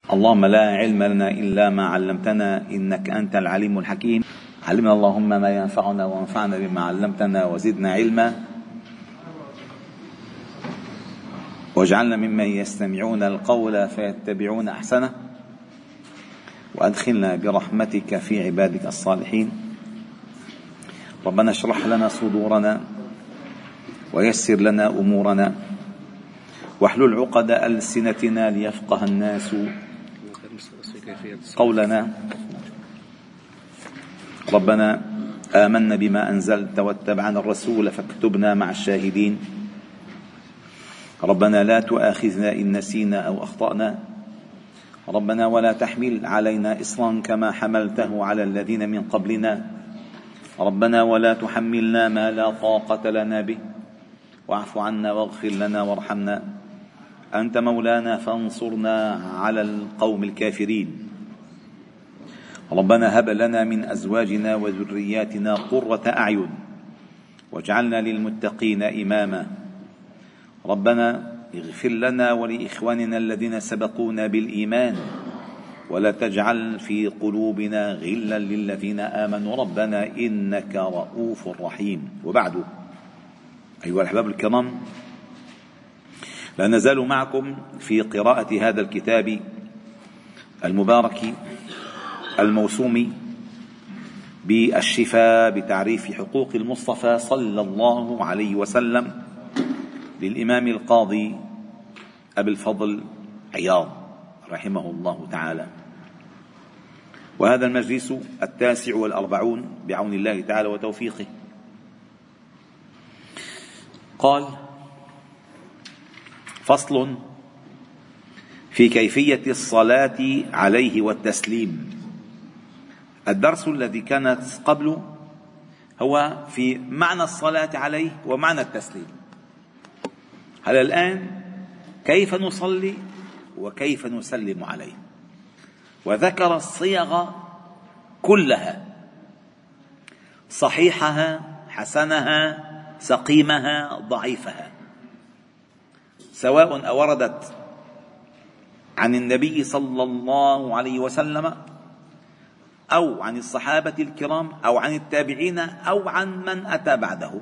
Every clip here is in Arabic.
اللهم لا علم لنا إلا ما علمتنا إنك أنت العليم الحكيم. علمنا اللهم ما ينفعنا وانفعنا بما علمتنا وزدنا علما، واجعلنا ممن يستمعون القول فيتبعون أحسنه، وأدخلنا برحمتك في عبادك الصالحين. ربنا اشرح لنا صدورنا ويسر لنا أمورنا واحلل عقد ألسنتنا ليفقه الناس قولنا. ربنا آمنا بما أنزلت واتبعنا الرسول فاكتبنا مع الشاهدين. ربنا لا تؤاخذنا إن نسينا أو أخطأنا. ربنا ولا تحمل علينا إصرا كما حملته على الذين من قبلنا. ربنا ولا تحملنا ما لا طاقة لنا به، واعف عنا واغفر لنا وارحمنا، أنت مولانا فانصرنا على القوم الكافرين. ربنا هب لنا من أزواجنا وذرياتنا قرة أعين واجعلنا للمتقين إماما. ربنا اغفر لنا ولإخواننا الذين سبقونا بالإيمان ولا تجعل في قلوبنا غلا للذين آمنوا ربنا إنك رؤوف رحيم. وبعد، أيها الأحباب الكرام، لا نزال معكم في قراءة هذا الكتاب المبارك الموسوم بالشفاء بتعريف حقوق المصطفى صلى الله عليه وسلم للإمام القاضي أبي الفضل عياض رحمه الله تعالى. وهذا المجلس 49 بعون الله تعالى وتوفيقه. قال: فصل في كيفية الصلاة عليه والتسليم. الدرس الذي كانت قبله هو في معنى الصلاة عليه ومعنى التسليم. هلا الآن كيف نصلي وكيف نسلم عليه، وذكر الصيغ كلها، صحيحها حسنها سقيمها ضعيفها، سواء أوردت عن النبي صلى الله عليه وسلم أو عن الصحابة الكرام أو عن التابعين أو عن من أتى بعده.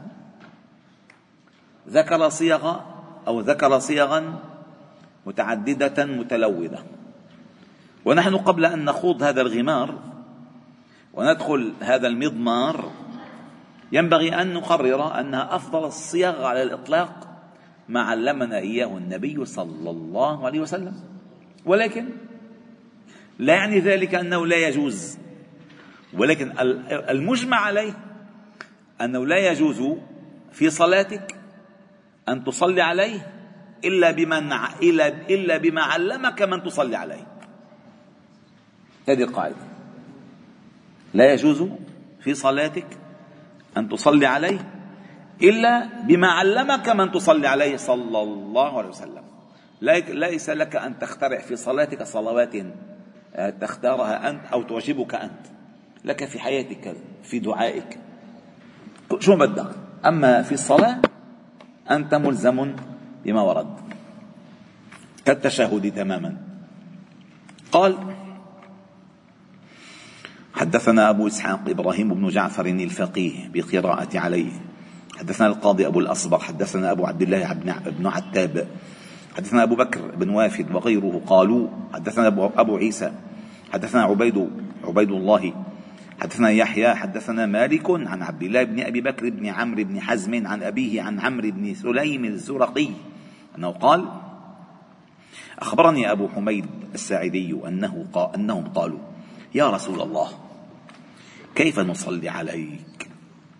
ذكر صيغا متعددة متلونة. ونحن قبل أن نخوض هذا الغمار وندخل هذا المضمار ينبغي أن نقرر أن أفضل الصيغ على الإطلاق ما علمنا إياه النبي صلى الله عليه وسلم، ولكن لا يعني ذلك أنه لا يجوز، ولكن المجمع عليه أنه لا يجوز في صلاتك أن تصلي عليه إلا بما علمك من تصلي عليه. هذه القاعدة: لا يجوز في صلاتك أن تصلي عليه إلا بما علمك من تصلي عليه صلى الله عليه وسلم. ليس لك أن تخترع في صلاتك صلوات تختارها أنت أو تعجبك أنت، لك في حياتك في دعائك شو بدك، أما في الصلاة أنت ملزم بما ورد كالتشهد تماما. قال: حدثنا أبو إسحاق إبراهيم بن جعفر الفقيه بقراءة عليه. حدثنا القاضي أبو الأصبغ حدثنا أبو عبد الله بن عتاب حدثنا أبو بكر بن وافد وغيره قالوا: حدثنا أبو عيسى حدثنا عبيد الله حدثنا يحيى حدثنا مالك عن عبد الله بن أبي بكر بن عمرو بن حزم عن أبيه عن عمرو بن سليم الزرقي أنه قال: أخبرني أبو حميد الساعدي أنهم قالوا: يا رسول الله كيف نصلي عليك؟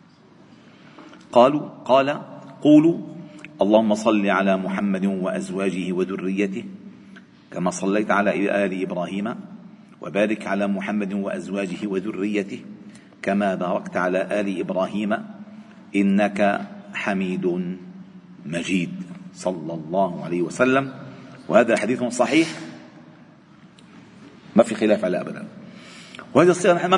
قال: قولوا اللهم صل على محمد وأزواجه وذريته كما صليت على آل إبراهيم، وبارك على محمد وأزواجه وذريته كما باركت على آل إبراهيم إنك حميد مجيد صلى الله عليه وسلم. وهذا حديث صحيح ما في خلاف على أبدا. وهذه الصيغة نحن ما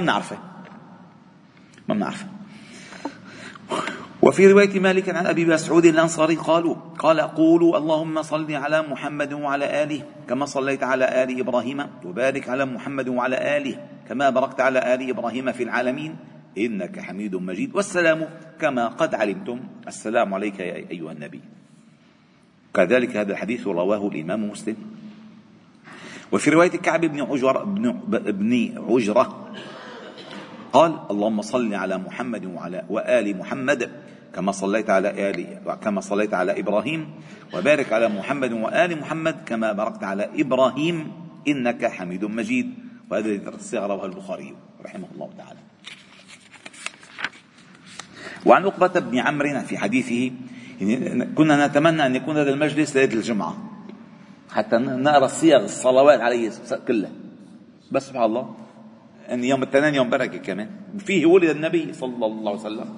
بنعرفها. وفي رواية مالك عن أبي مسعود الأنصاري قال قولوا اللهم صل على محمد وعلى آله كما صليت على آل إبراهيم وبارك على محمد وعلى آله كما باركت على آل إبراهيم في العالمين إنك حميد مجيد والسلام كما قد علمتم السلام عليك يا أيها النبي. كذلك هذا الحديث رواه الإمام مسلم. وفي رواية كعب بن عجرة قال اللهم صل على محمد وعلى وآل محمد كما صليت على إبراهيم وبارك على محمد وآل محمد كما باركت على إبراهيم إنك حميد مجيد. وهذه الصيغة رواه البخاري رحمه الله تعالى. وعن عقبة بن عمرو في حديثه كنا نتمنى أن يكون هذا المجلس ليلة الجمعة حتى نقرأ صيغ الصلوات عليه كلها، بس سبحان الله أن يوم التنين يوم بركة كمان فيه ولد النبي صلى الله عليه وسلم.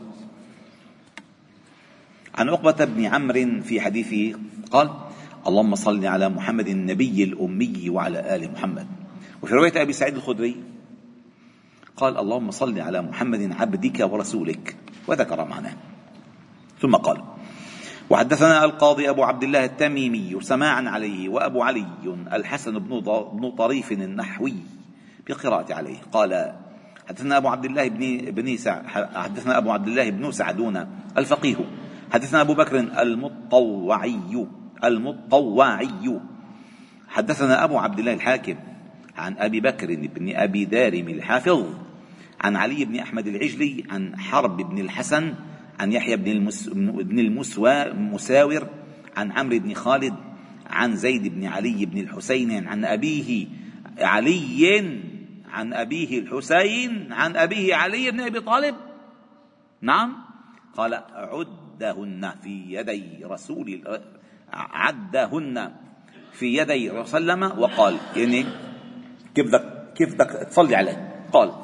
عن عقبة بن عمرو في حديثه قال اللهم صل على محمد النبي الأمي وعلى آل محمد. وفي رواية أبي سعيد الخدري قال اللهم صل على محمد عبدك ورسولك وذكر معناه. ثم قال وحدثنا القاضي أبو عبد الله التميمي سماعا عليه وأبو علي الحسن بن طريف النحوي بقراءة عليه قال حدثنا أبو عبد الله بن سعدون الفقيه حدثنا أبو بكر المطوعي حدثنا أبو عبد الله الحاكم عن أبي بكر بن أبي دارم الحافظ عن علي بن أحمد العجلي عن حرب بن الحسن عن يحيى بن المساور عن عمرو بن خالد عن زيد بن علي بن الحسين عن أبيه علي عن أبيه الحسين عن أبيه علي بن أبي طالب. نعم قال عدهن في يدي رسول الله وقال يعني كيف بدك تصلي عليه. قال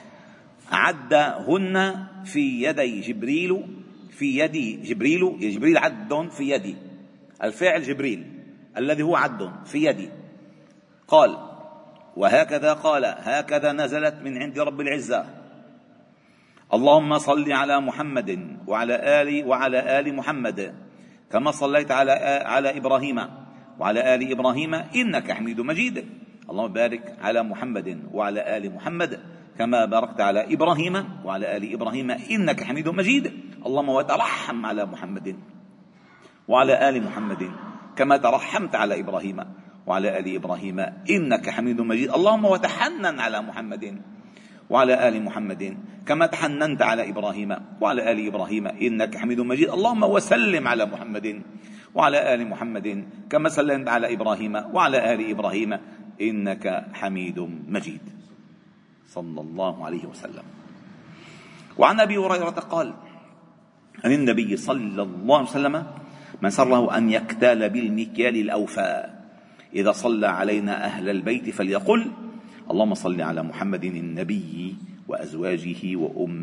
عدهن في يدي جبريل جبريل عد في يدي الفاعل جبريل الذي هو عد في يدي. قال وهكذا قال هكذا نزلت من عند رب العزة اللهم صل على محمد وعلى آل محمد كما صليت على إبراهيم وعلى آل إبراهيم إنك حميد مجيد. اللهم بارك على محمد وعلى آل محمد كما باركت على إبراهيم وعلى آل إبراهيم إنك حميد مجيد. اللهم وترحم على محمد وعلى آل محمد كما ترحمت على إبراهيم وعلى آل إبراهيم إنك حميد مجيد. اللهم وتحنن على محمد وعلى آل محمد كما تحننت على إبراهيم وعلى آل إبراهيم إنك حميد مجيد. اللهم وسلم على محمد وعلى آل محمد كما سلمت على إبراهيم وعلى آل إبراهيم إنك حميد مجيد صلى الله عليه وسلم. وعن أبي هريرة قال عن النبي صلى الله عليه وسلم من سره أن يكتال بالمكيال الأوفى إذا صلى علينا أهل البيت فليقل اللهم صل على محمد النبي وأزواجه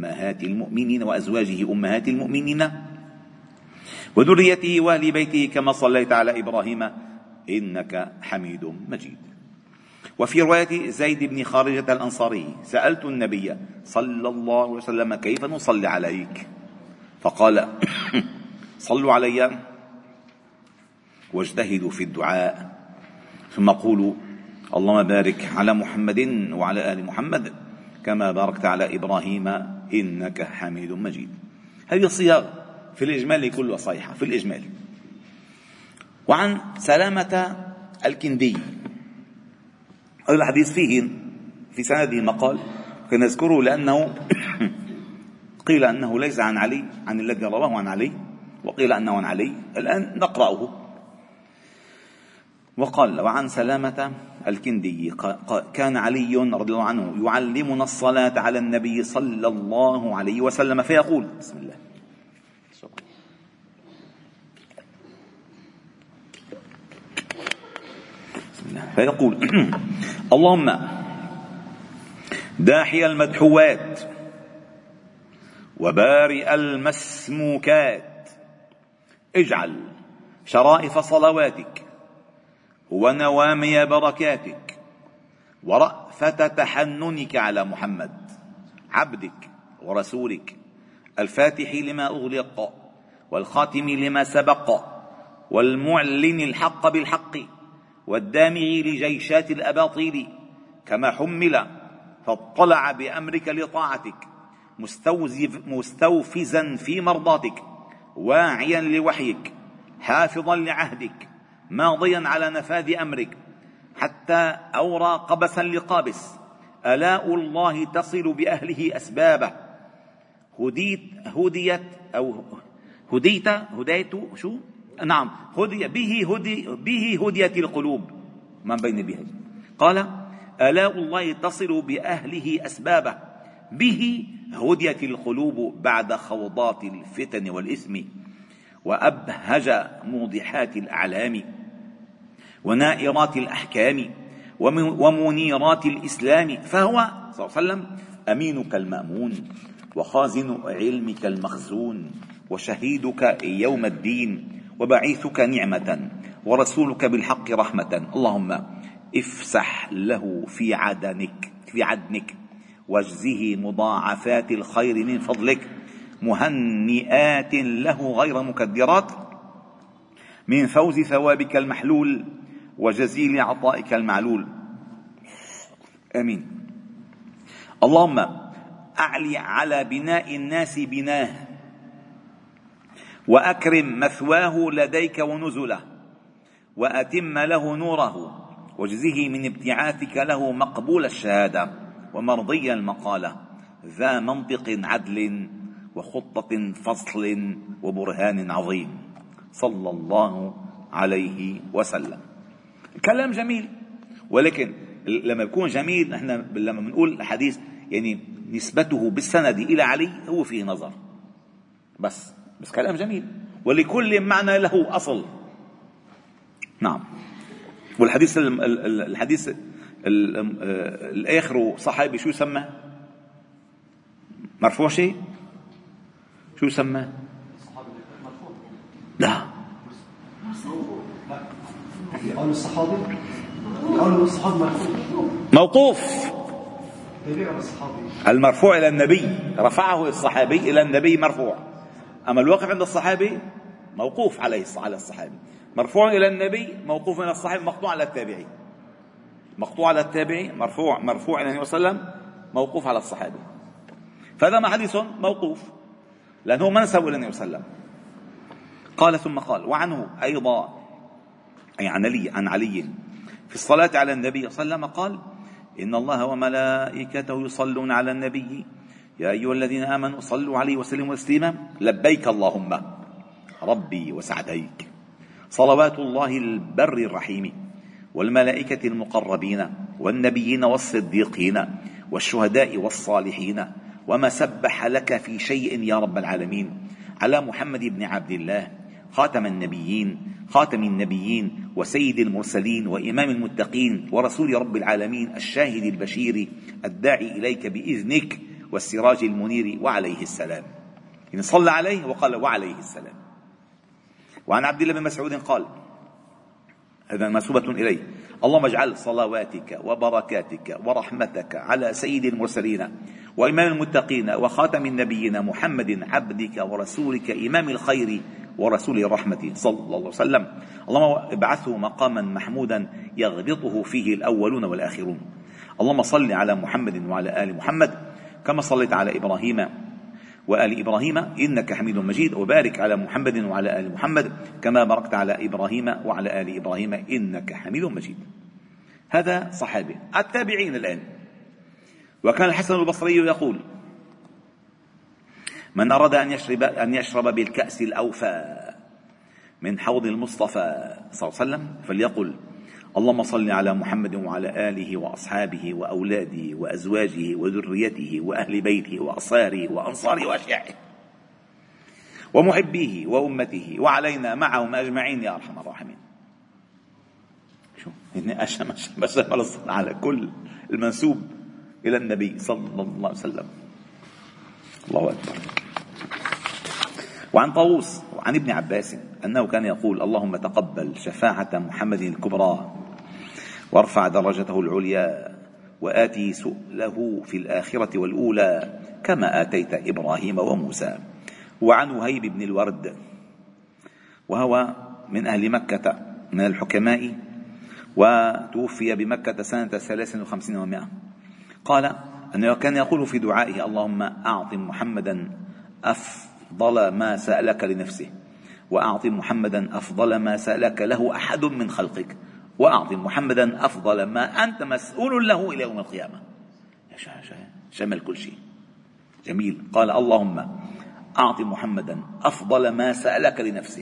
أمهات المؤمنين وذريته وأهل بيته كما صليت على إبراهيم إنك حميد مجيد. وفي رواية زيد بن خارجة الأنصاري سألت النبي صلى الله عليه وسلم كيف نصلي عليك فقال صلوا علي واجتهدوا في الدعاء ثم قولوا اللهم بارك على محمد وعلى آل محمد كما باركت على إبراهيم إنك حميد مجيد. هذه الصيغ في الإجمال كلها صحيحة في الإجمال. وعن سلامة الكندي هذا الحديث فيه في سنده مقال نذكره لأنه قيل أنه ليس عن علي عن الذي رواه عن علي وقيل أنه عن علي. الآن نقرأه. وقال وعن سلامة الكندي كان علي رضي الله عنه يعلمنا الصلاة على النبي صلى الله عليه وسلم فيقول بسم الله فيقول اللهم داحي المدحوات وبارئ المسموكات اجعل شرائف صلواتك ونوامي بركاتك ورأفة تحننك على محمد عبدك ورسولك الفاتح لما أغلق والخاتم لما سبق والمعلن الحق بالحق والدامغ لجيشات الأباطيل، كما حمل فاطلع بأمرك لطاعتك، مستوفزا في مرضاتك، واعيا لوحيك، حافظا لعهدك، ماضيا على نفاذ أمرك، حتى أورى قبسا لقابس. آلاء الله تصل بأهله أسبابه. به هديت القلوب من بين بها. قال آلاء الله تصل بأهله أسبابه، به هديت القلوب بعد خوضات الفتن والإثم، وأبهج موضحات الأعلام، ونائرات الأحكام، ومنيرات الإسلام. فهو صلى الله عليه وسلم أمينك المأمون، وخازن علمك المخزون، وشهيدك يوم الدين، وبعيثك نعمة، ورسولك بالحق رحمة. اللهم افسح له في عدنك واجزه مضاعفات الخير من فضلك، مهنئات له غير مكدرات، من فوز ثوابك المحلول وجزيل عطائك المعلول. آمين. اللهم أعلي على بناء الناس بناه، وأكرم مثواه لديك ونزله، وأتم له نوره، واجزه من ابتعاثك له مقبول الشهادة ومرضي المقالة، ذا منطق عدل وخطة فصل وبرهان عظيم، صلى الله عليه وسلم. كلام جميل، ولكن لما يكون جميل، نحن لما بنقول الحديث يعني نسبته بالسند إلى علي هو فيه نظر، بس كلام جميل، ولكل معنى له أصل. نعم. والحديث الآخر صحابي شو يسمى؟ مرفوع شيء؟ شو يسمى؟ لا، قول الصحابي، موقوف. المرفوع إلى النبي، رفعه الصحابي إلى النبي مرفوع، أما الواقف عند الصحابي موقوف على الصحابي. مرفوع إلى النبي، موقوف إلى الصحابي، مقطوع على التابعي. مقطوع على التابعي، مرفوع إلى النبي صلى الله عليه وسلم، موقوف على الصحابي. فهذا ما حديث موقوف لأنه منسب إلى النبي صلى الله عليه وسلم. قال ثم قال: وعنه أيضا، أي عن علي في الصلاة على النبي صلى الله عليه وسلم قال: إن الله وملائكته يصلون على النبي يا أيها الذين آمنوا صلوا عليه وسلموا تسليما. لبيك اللهم ربي وسعديك. صلوات الله البر الرحيم والملائكة المقربين والنبيين والصديقين والشهداء والصالحين، وما سبح لك في شيء يا رب العالمين، على محمد بن عبد الله خاتم النبيين وسيد المرسلين وإمام المتقين ورسول رب العالمين، الشاهد البشير الداعي إليك بإذنك والسراج المنير، وعليه السلام. يعني صلى عليه وقال وعليه السلام. وعن عبد الله بن مسعود قال، هذا منسوبة إليه: اللهم اجعل صلواتك وبركاتك ورحمتك على سيد المرسلين وإمام المتقين وخاتم النبيين محمد عبدك ورسولك إمام الخير ورسول الرحمة صلى الله عليه وسلم. اللهم ابعثه مقاما محمودا يغبطه فيه الأولون والآخرون. اللهم صل على محمد وعلى آل محمد كما صليت على إبراهيم وآل إبراهيم إنك حميد مجيد، وبارك على محمد وعلى آل محمد كما باركت على إبراهيم وعلى آل إبراهيم إنك حميد مجيد. هذا صحابي. التابعين الآن: وكان الحسن البصري يقول: من أراد أن يشرب بالكأس الأوفى من حوض المصطفى صلى الله عليه وسلم فليقل: اللهم صل على محمد وعلى آله وأصحابه وأولاده وأزواجه وذريته وأهل بيته وأصهاره وأنصاره وأشياعه ومحبيه وأمته وعلينا معهم أجمعين يا أرحم الراحمين. شو إني أشمل على كل المنسوب إلى النبي صلى الله عليه وسلم. الله أكبر. وعن طاووس وعن ابن عباس أنه كان يقول: اللهم تقبل شفاعة محمد الكبرى، وارفع درجته العليا، وآتي سؤله في الآخرة والأولى كما آتيت إبراهيم وموسى. وعن وهيب بن الورد، وهو من أهل مكة من الحكماء، وتوفي بمكة سنة 53 و100. قال أنه كان يقول في دعائه: اللهم أعط محمدا أفضل ما سألك لنفسه، وأعط محمدا أفضل ما سألك له أحد من خلقك، وأعط محمدا أفضل ما أنت مسؤول له إلى يوم القيامة. شمل كل شيء جميل. قال: اللهم أعط محمدا أفضل ما سألك لنفسه،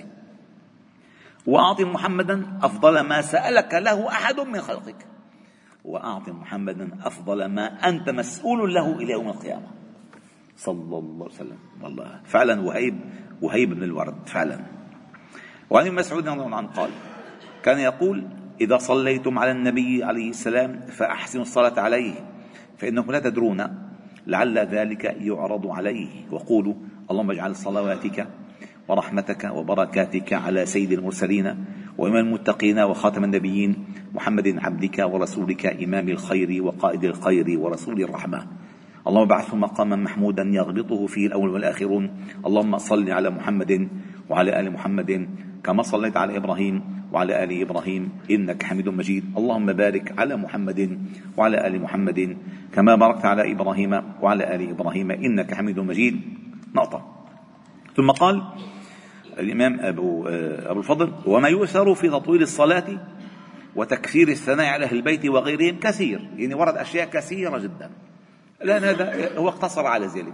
وأعط محمدا أفضل ما سألك له أحد من خلقك، وأعط محمدا أفضل ما أنت مسؤول له إلى يوم القيامة. صلى الله عليه وسلم. والله فعلا وهيب بن الورد فعلا. وعن ابن مسعود رضي الله عنه قال: كان يقول: إذا صليتم على النبي عليه السلام فأحسنوا الصلاة عليه، فإنكم لا تدرون لعل ذلك يعرض عليه، وقولوا: اللهم اجعل صلواتك ورحمتك وبركاتك على سيد المرسلين وإمام المتقين وخاتم النبيين محمد عبدك ورسولك إمام الخير وقائد الخير ورسول الرحمة، اللهم ابعثه مقاما محمودا يغبطه فيه الأول والآخرون. اللهم صل على محمد وعلى آل محمد كما صليت على إبراهيم وعلى آل إبراهيم إنك حميد مجيد. اللهم بارك على محمد وعلى آل محمد كما باركت على إبراهيم وعلى آل إبراهيم إنك حميد مجيد. نقطة. ثم قال الإمام أبو الفضل: وما يؤثر في تطويل الصلاة وتكثير الثناء على أهل البيت وغيرهم كثير. يعني ورد أشياء كثيرة جدا، لأن هذا هو اقتصر على ذلك.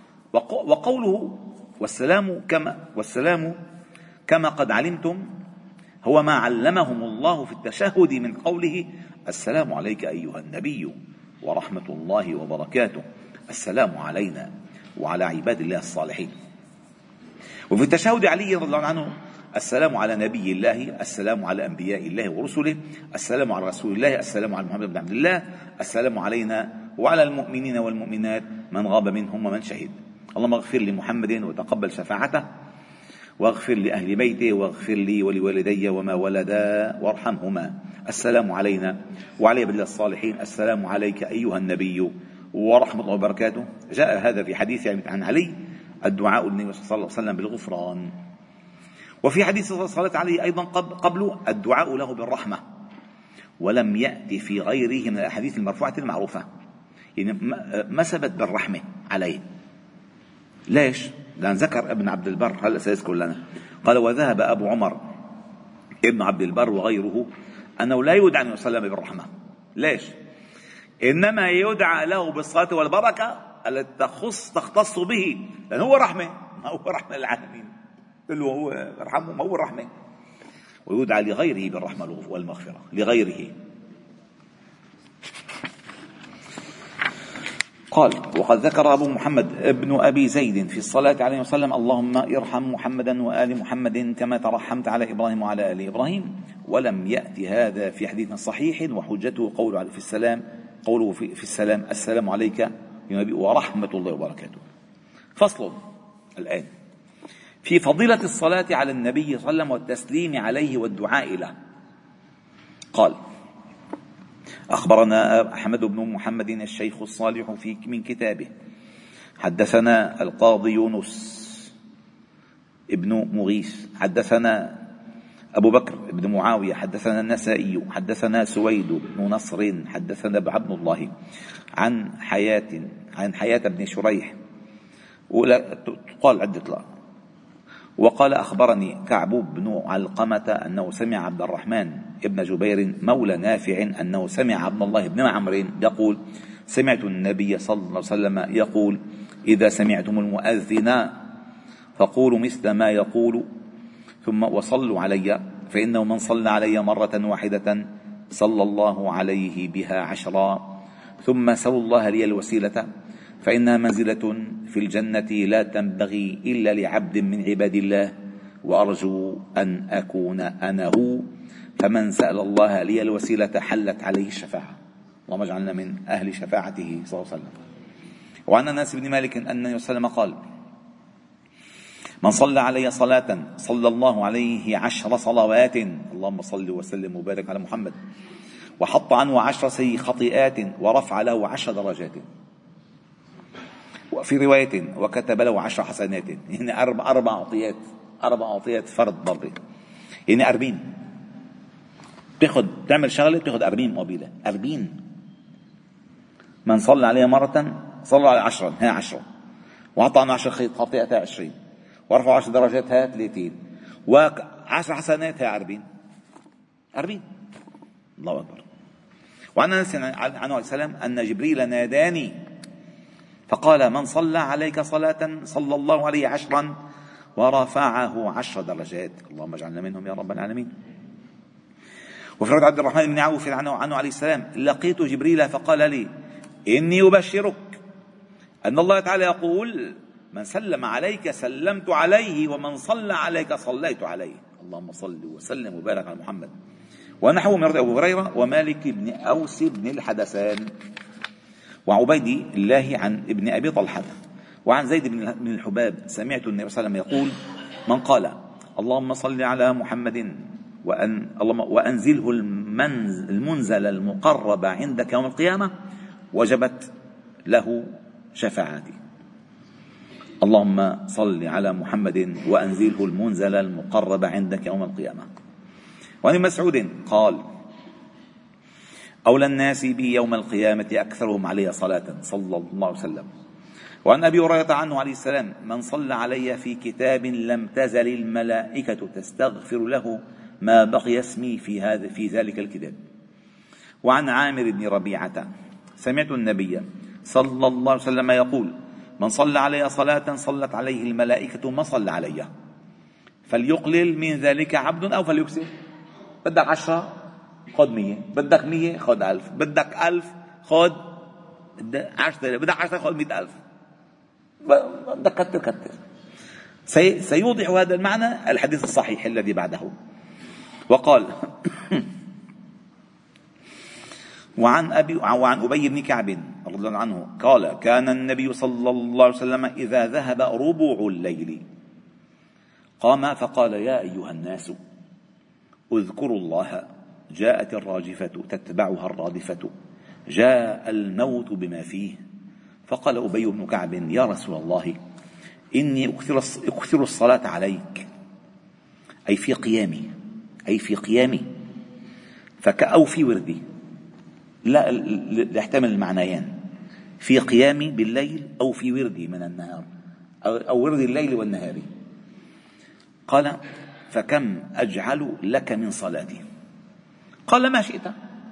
وقوله والسلام كما قد علمتم هو ما علمهم الله في التشهد من قوله: السلام عليك أيها النبي ورحمة الله وبركاته، السلام علينا وعلى عباد الله الصالحين. وفي التشهد علي رضي الله عنه: السلام على نبي الله، السلام على أنبياء الله ورسله، السلام على رسول الله، السلام على محمد بن عبد الله، السلام علينا وعلى المؤمنين والمؤمنات من غاب منهم ومن شهد. اللهم اغفر لمحمد وتقبل شفاعته، واغفر لأهل بيته، واغفر لي ولوالدي وما ولدا وارحمهما. السلام علينا وعلى عباد الله الصالحين، السلام عليك أيها النبي ورحمة الله وبركاته. جاء هذا في حديث عن علي: الدعاء النبي صلى الله عليه وسلم بالغفران. وفي حديث الصلاة عليه أيضا قبل الدعاء له بالرحمة، ولم يأتي في غيره من الأحاديث المرفوعة المعروفة. يعني ما ثبت بالرحمة عليه. ليش؟ لأن ذكر ابن عبد البر، هل سيذكر لنا، قال: وذهب أبو عمر ابن عبد البر وغيره أنه لا يدعى أن يسلم بالرحمة. ليش؟ إنما يدعى له بالصلاة والبركة التي تختص به، لأن هو رحمة، ما هو رحمة للعالمين كله، هو يرحمه، ما هو الرحمة. ويدعى لغيره بالرحمة والمغفرة، لغيره. قال: وقد ذكر أبو محمد ابن أبي زيد في الصلاة عليه وسلم: اللهم ارحم محمدا وآل محمد كما ترحمت على إبراهيم وعلى آل إبراهيم. ولم يأتي هذا في حديث صحيح، وحجته قوله في السلام: السلام عليك يا نبي ورحمة الله وبركاته. فصل الآن في فضيلة الصلاة على النبي صلى الله عليه وسلم والتسليم عليه والدعاء له. قال: أخبرنا أحمد بن محمد الشيخ الصالح من كتابه: حدثنا القاضي يونس ابن مغيث، حدثنا أبو بكر بن معاوية، حدثنا النسائي، حدثنا سويد بن نصر، حدثنا عبد الله عن حياة بن شريح، قال عدة. وقال: أخبرني كعب بن علقمة أنه سمع عبد الرحمن ابن جبير مولى نافع أنه سمع عبد الله بن عمرو يقول: سمعت النبي صلى الله عليه وسلم يقول: إذا سمعتم المؤذن فقولوا مثل ما يقول ثم وصلوا علي، فإنه من صلى علي مرة واحدة صلى الله عليه بها 10. ثم سلوا الله لي الوسيلة، فإنها منزلة في الجنة لا تنبغي إلا لعبد من عباد الله، وأرجو أن أكون أنا هو، فمن سأل الله لي الوسيلة حلت عليه الشفاعة. اللهم اجعلنا من أهل شفاعته صلى الله عليه وسلم. وعن أنس بن مالك أن النبي صلى الله عليه وسلم قال: من صلى علي صلاة صلى الله عليه 10 صلوات، اللهم صل وسلم وبارك على محمد، وحط عنه 10 خطيئات، ورفع له 10 درجات. وفي رواية: وكتب له 10 حسنات. يعني 4 أعطيات فرض برضه. يعني 40. تعمل شغلة بتاخذ 40 مقابلة. 40. من صلى عليه مرة صلى عليه 10، هي 10، وأعطى عنه 10 خطيئة 20، ورفع 10 درجات هي 30، و10 حسنات هي 40. 40. الله أكبر. وعن أنس عنه عليه السلام أن جبريل ناداني فقال: من صلى عليك صلاة صلى الله عليه 10 ورفعه 10 درجات. اللهم اجعلنا منهم يا رب العالمين. وفي رواية عبد الرحمن بن عوف عنه عليه السلام: لقيت جبريل فقال لي: إني أبشرك أن الله تعالى يقول: من سلم عليك سلمت عليه، ومن صلى عليك صليت عليه. اللهم صل وسلم وبارك على محمد. ونحو من رضي أبو هريرة ومالك بن أوس بن الحدثان وعبيد الله عن ابن أبي طلحة وعن زيد بن الحباب سمعت النبي صلى الله عليه وسلم يقول: من قال اللهم صل على محمد وأنزله المنزل المقرب عندك يوم القيامة وجبت له شفاعتي. اللهم صل على محمد وأنزله المنزل المقرب عندك يوم القيامة. وعن مسعود قال: أولى الناس بي يوم القيامة أكثرهم علي صلاة صلى الله عليه وسلم. وعن أبي هريرة عنه عليه السلام: من صلى علي في كتاب لم تزل الملائكة تستغفر له ما بقي اسمي في ذلك الكتاب. وعن عامر بن ربيعة: سمعت النبي صلى الله عليه وسلم يقول: من صلى علي صلاة صلت عليه الملائكة ما صلى علي، فليقلل من ذلك عبد أو فليكسر. بدك 10 خذ 100، بدك 100 خذ 1000، بدك 1000 خذ 10، بدك 10 خذ 100,000، بدك كتر. سيوضح هذا المعنى الحديث الصحيح الذي بعده. وقال: وعن أبي بن كعب رضي الله عنه قال: كان النبي صلى الله عليه وسلم إذا ذهب ربع الليل قام فقال: يا أيها الناس اذكروا الله، جاءت الراجفة تتبعها الرادفة، جاء الموت بما فيه. فقال أبي بن كعب: يا رسول الله، إني أكثر الصلاة عليك، أي في قيامي أو في وردي، لا يحتمل المعنيين، في قيامي بالليل أو في وردي من النهار، أو ورد الليل والنهار. قال: فكم أجعل لك من صلاتي؟ قال: ما شئت.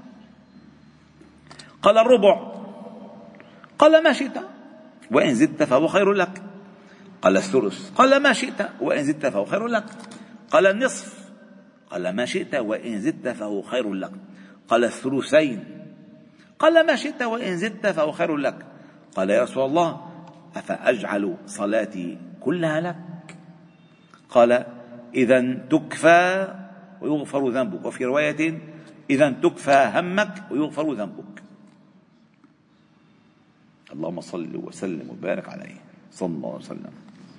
قال: الربع. قال: ما شئت وإن زدت فهو خير لك. قال: الثلث. قال: ما شئت وإن زدت فهو خير لك. قال: النصف. قال: ما شئت وإن زدت فهو خير لك. قال: الثلثين. قال: ما شئت وإن زدت فهو خير لك. قال: يا رسول الله، أفأجعل صلاتي كلها لك؟ قال: إذا تكفى ويغفر ذنبك. وفي رواية: إذا تكفى همك ويغفر ذنبك. اللهم صل وسلم وبارك عليه صلى الله عليه وسلم.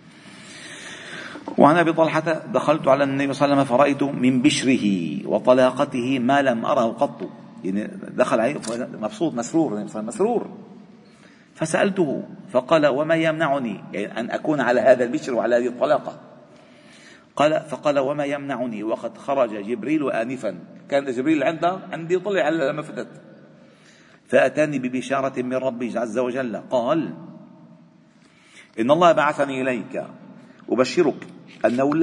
وعن أبي طلحة: دخلت على النبي صلى الله عليه وسلم فرأيت من بشره وطلاقته ما لم أره قط. يعني دخل عليه مبسوط مسرور. فسألته فقال: وما يمنعني يعني أن أكون على هذا البشر وعلى هذه الطلاقة؟ فقال: وما يمنعني وقد خرج جبريل آنفا. كان جبريل عندي طلع لما فتت، فأتاني ببشارة من ربي عز وجل قال: إن الله بعثني إليك أبشرك أنه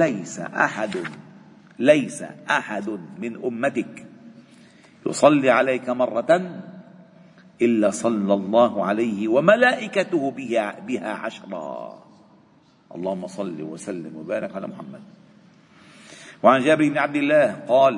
ليس أحد من أمتك يصلي عليك مرة إلا صلى الله عليه وملائكته بها 10. اللهم صل وسلم وبارك على محمد. وعن جابر بن عبد الله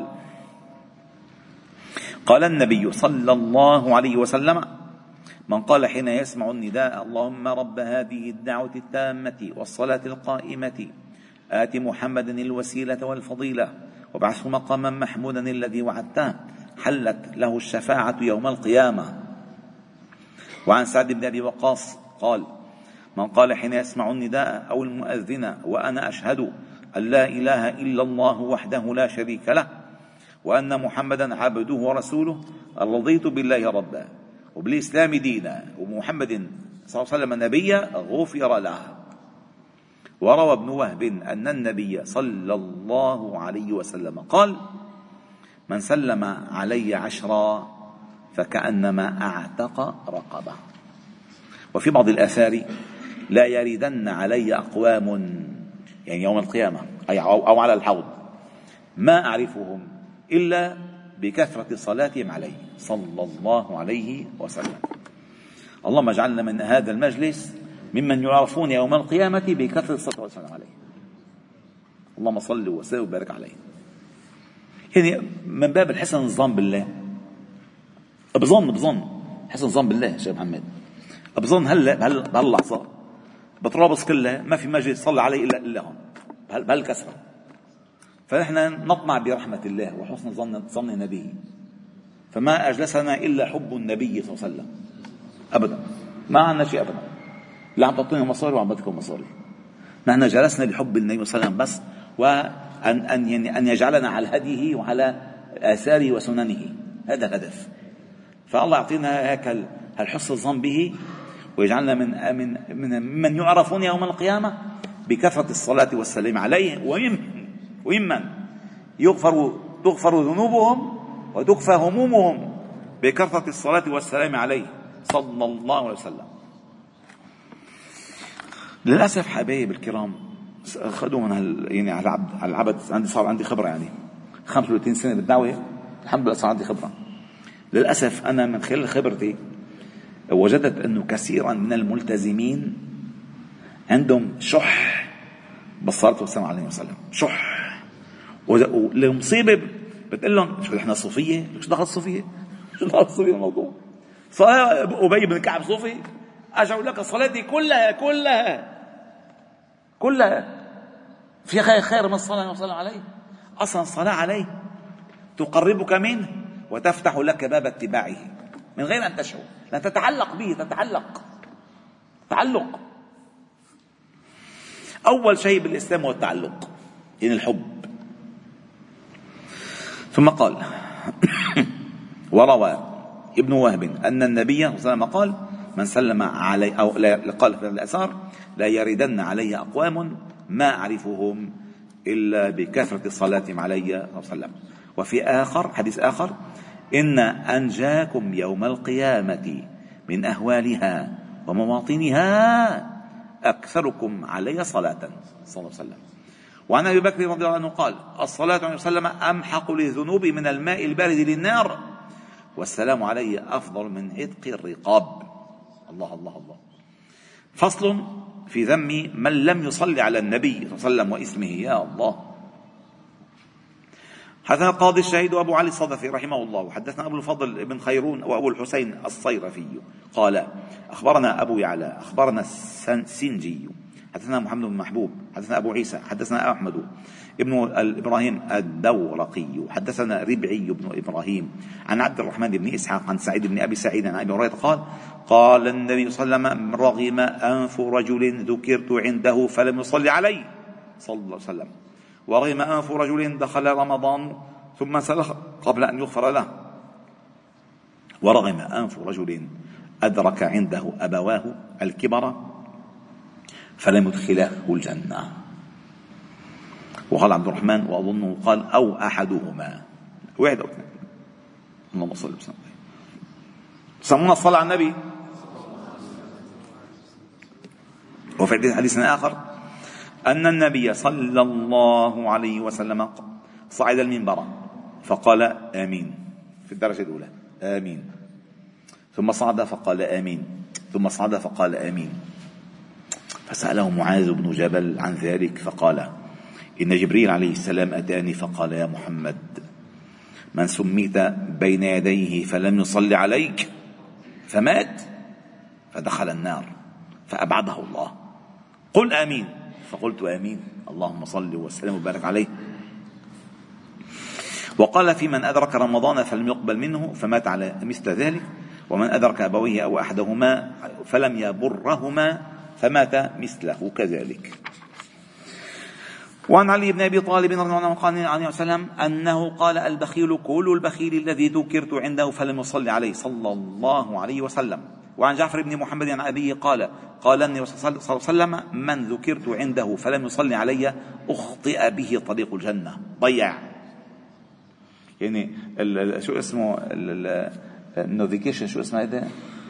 قال النبي صلى الله عليه وسلم: من قال حين يسمع النداء: اللهم رب هذه الدعوة التامة والصلاة القائمة آت محمدا الوسيلة والفضيلة وابعثه مقاما محمودا الذي وعدته، حلت له الشفاعة يوم القيامة. وعن سعد بن أبي وقاص قال: من قال حين يسمع النداء أو المؤذن: وأنا أشهد أن لا إله إلا الله وحده لا شريك له وأن محمدا عبده ورسوله، رضيت بالله ربا وبالإسلام دينا ومحمد صلى الله عليه وسلم نبيا، غفر له. وروى ابن وهب أن النبي صلى الله عليه وسلم قال: من سلم علي 10 فكأنما أعتق رقبة. وفي بعض الآثار: لا يردن علي أقوام، يعني يوم القيامة أو على الحوض، ما أعرفهم إلا بكثرة صلاتهم علي صلى الله عليه وسلم. اللهم اجعلنا من هذا المجلس ممن يعرفون يوم القيامة بكثرة الصلاة والسلام عليه. اللهم صل وسلم وبارك عليه. يعني من باب الحسن الظن بالله، بظن حسن الظن بالله شيخ محمد، بظن هلا بهاللحظة بطرابلس كلها ما في مجلس صلى عليه إلا هون بهالكسرة. فنحن نطمع برحمة الله وحسن ظننا به، فما أجلسنا إلا حب النبي صلى الله عليه وسلم أبدا، ما عندنا شيء أبدا، لا عم تعطينا مصاري وعم بدكم مصاري. نحن جلسنا لحب النبي صلى الله عليه وسلم بس، وأن يجعلنا على هديه وعلى آثاره وسننه، هذا الهدف. فالله يعطينا هيك هالحسن الظن به، ويجعلنا من يعرفون يوم القيامة بكثرة الصلاة والسلام عليه، وممن تغفر ذنوبهم وتكفى همومهم بكثرة الصلاة والسلام عليه صلى الله عليه وسلم. للأسف حبايب الكرام خذوا من يعني على العبد. صار عندي خبرة، يعني 35 سنة بالدعوة، الحمد لله صار عندي خبرة. للأسف أنا من خلال خبرتي وجدت أنه كثيرا من الملتزمين عندهم شح بالصلاة والسلام عليه وسلم، شح. والمصيبة بتقول لهم: شو احنا صوفية؟ شو دخل الصوفية؟ شو دخل الصوفية الموضوع؟ صلاة أبي بن كعب صوفي؟ أجعوا لك صلاتي كلها في خير من الصلاة والسلام عليه. أصلا الصلاة عليه تقربك منه وتفتح لك باب اتباعه من غير أن تشعر، لأن تتعلق به، تعلق. أول شيء بالإسلام هو التعلق، يعني الحب. ثم قال: وروى ابن وهب أن النبي صلى الله عليه وسلم قال: من سلم علي، أو قال في الأثار: لا يردن علي أقوام ما أعرفهم إلا بكثرة صلاتهم علي صلى الله عليه وسلم. وفي حديث آخر: إن أنجاكم يوم القيامة من أهوالها ومواطنها أكثركم علي صلاة صلى الله عليه وسلم. وعن أبي بكر رضي الله عنه قال: الصلاة عليه وسلم أمحق للذنوب من الماء البارد للنار، والسلام علي أفضل من عتق الرقاب. الله الله الله. فصل في ذم من لم يصلي على النبي صلى الله عليه وسلم واسمه. يا الله. حدثنا القاضي الشهيد أبو علي الصدفي رحمه الله، وحدثنا أبو الفضل بن خيرون وأبو الحسين الصيرفي قال: أخبرنا أبو يعلى أخبرنا السنجي حدثنا محمد بن محبوب حدثنا أبو عيسى حدثنا أحمد ابن إبراهيم الدورقي حدثنا ربعي بن إبراهيم عن عبد الرحمن بن إسحاق عن سعيد بن أبي سعيد عن أبي هريرة قال: قال النبي صلى الله عليه وسلم: رغم أنف رجل ذكرت عنده فلم يصلي علي صلى الله عليه وسلم، ورغم أنف رجل دخل رمضان ثم سلخ قبل أن يغفر له، ورغم أنف رجل أدرك عنده أبواه الكبر فلم يدخله الجنة. وقال عبد الرحمن: وأظنه قال أو أحدهما، واحد أو اثنين. اللهم صل وسلم. سمونا الصلاة على النبي. وفي حديث آخر أن النبي صلى الله عليه وسلم صعد المنبر فقال: آمين، في الدرجة الأولى آمين، ثم صعد فقال آمين، ثم صعد فقال آمين. فسأله معاذ بن جبل عن ذلك فقال: إن جبريل عليه السلام أتاني فقال: يا محمد، من سميت بين يديه فلم يصلي عليك فمات فدخل النار فأبعده الله، قل آمين. فقلت آمين، اللهم صل وسلم وبارك عليه. وقال: في من أدرك رمضان فلم يقبل منه فمات على مثل ذلك، ومن أدرك أبويه أو أحدهما فلم يبرهما فمات مثله كذلك. وعن علي بن أبي طالب رضي الله عنه قال عليه وسلم أنه قال: البخيل كل البخيل الذي ذكرت عنده فلم يصلي عليه صلى الله عليه وسلم، وعن جعفر بن محمد عن أبيه قال قال النبي صلى الله عليه وسلم من ذكرت عنده فلم يصلي علي أخطئ به طريق الجنة. ضيع يعني شو اسمه النوفيكيشن، شو اسمه هذا؟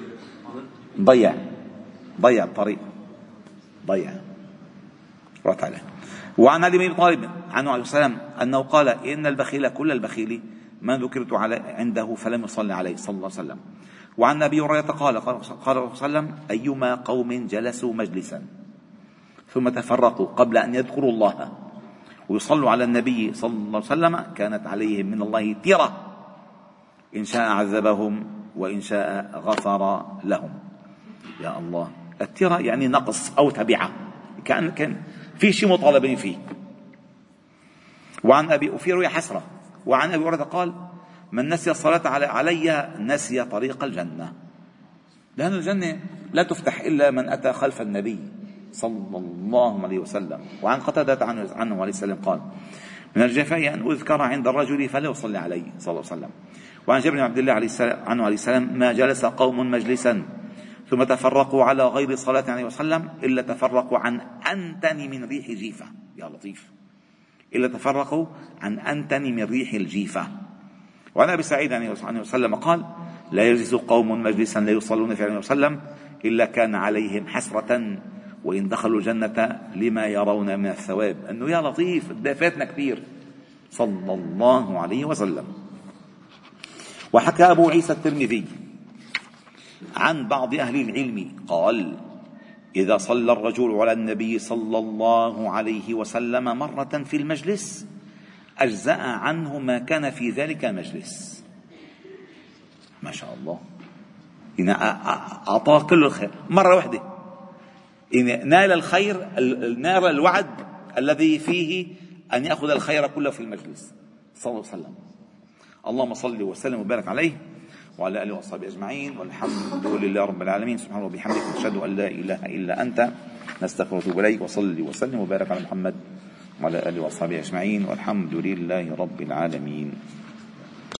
ضيع الطريق، ضيع رحت عليه. وعن علي بن ابي طالب عنه عليه السلام انه قال ان البخيل كل البخيل من ذكرت عنده فلم يصلي عليه صلى الله عليه وسلم. وعن ابي هريره قال صلى الله عليه وسلم ايما قوم جلسوا مجلسا ثم تفرقوا قبل ان يذكروا الله ويصلوا على النبي صلى الله عليه وسلم كانت عليهم من الله تيرة إن شاء عذبهم وإن شاء غفر لهم. يا الله، التيرة يعني نقص أو تبعة، كان في شيء مطالبين فيه. وعن أبي أفير حسرة. وعن أبي هريرة قال من نسي الصلاة علي نسي طريق الجنة، لأن الجنة لا تفتح إلا من أتى خلف النبي صلى الله عليه وسلم. وعن قتادة عنه عليه السلام قال من الجفاء أن أذكر عند الرجل فلا يصلي عليه صلى الله عليه وسلم. وعن جابر بن عبد الله عنه عليه السلام ما جلس قوم مجلسا ثم تفرقوا على غير صلاة عليه وسلم إلا تفرقوا عن أنتن من ريح جيفة. يا لطيف، إلا تفرقوا عن أنتن من ريح الجيفة. وعن أبي سعيد عليه وسلم قال لا يجلس قوم مجلسا لا يصلون في عليه وسلم إلا كان عليهم حسرة وإن دخلوا الجنة لما يرون من الثواب. أنه يا لطيف فاتنا كثير صلى الله عليه وسلم. وحكى أبو عيسى الترمذي عن بعض أهل العلم قال إذا صلى الرجل على النبي صلى الله عليه وسلم مرة في المجلس أجزأ عنه ما كان في ذلك المجلس. ما شاء الله، إن أعطاه كل الخير مرة واحدة، إن نال الخير، نال الوعد الذي فيه أن يأخذ الخير كله في المجلس صلى الله عليه وسلم. اللهم صل وسلم وبارك عليه وعلى آله وصحبه أجمعين، والحمد لله رب العالمين. سبحانه وبحمدك نشهد أن لا إله إلا أنت نستغفرك ونتوب إليك. وصل وسلم وبارك على محمد وعلى آله وصحبه أجمعين، والحمد لله رب العالمين.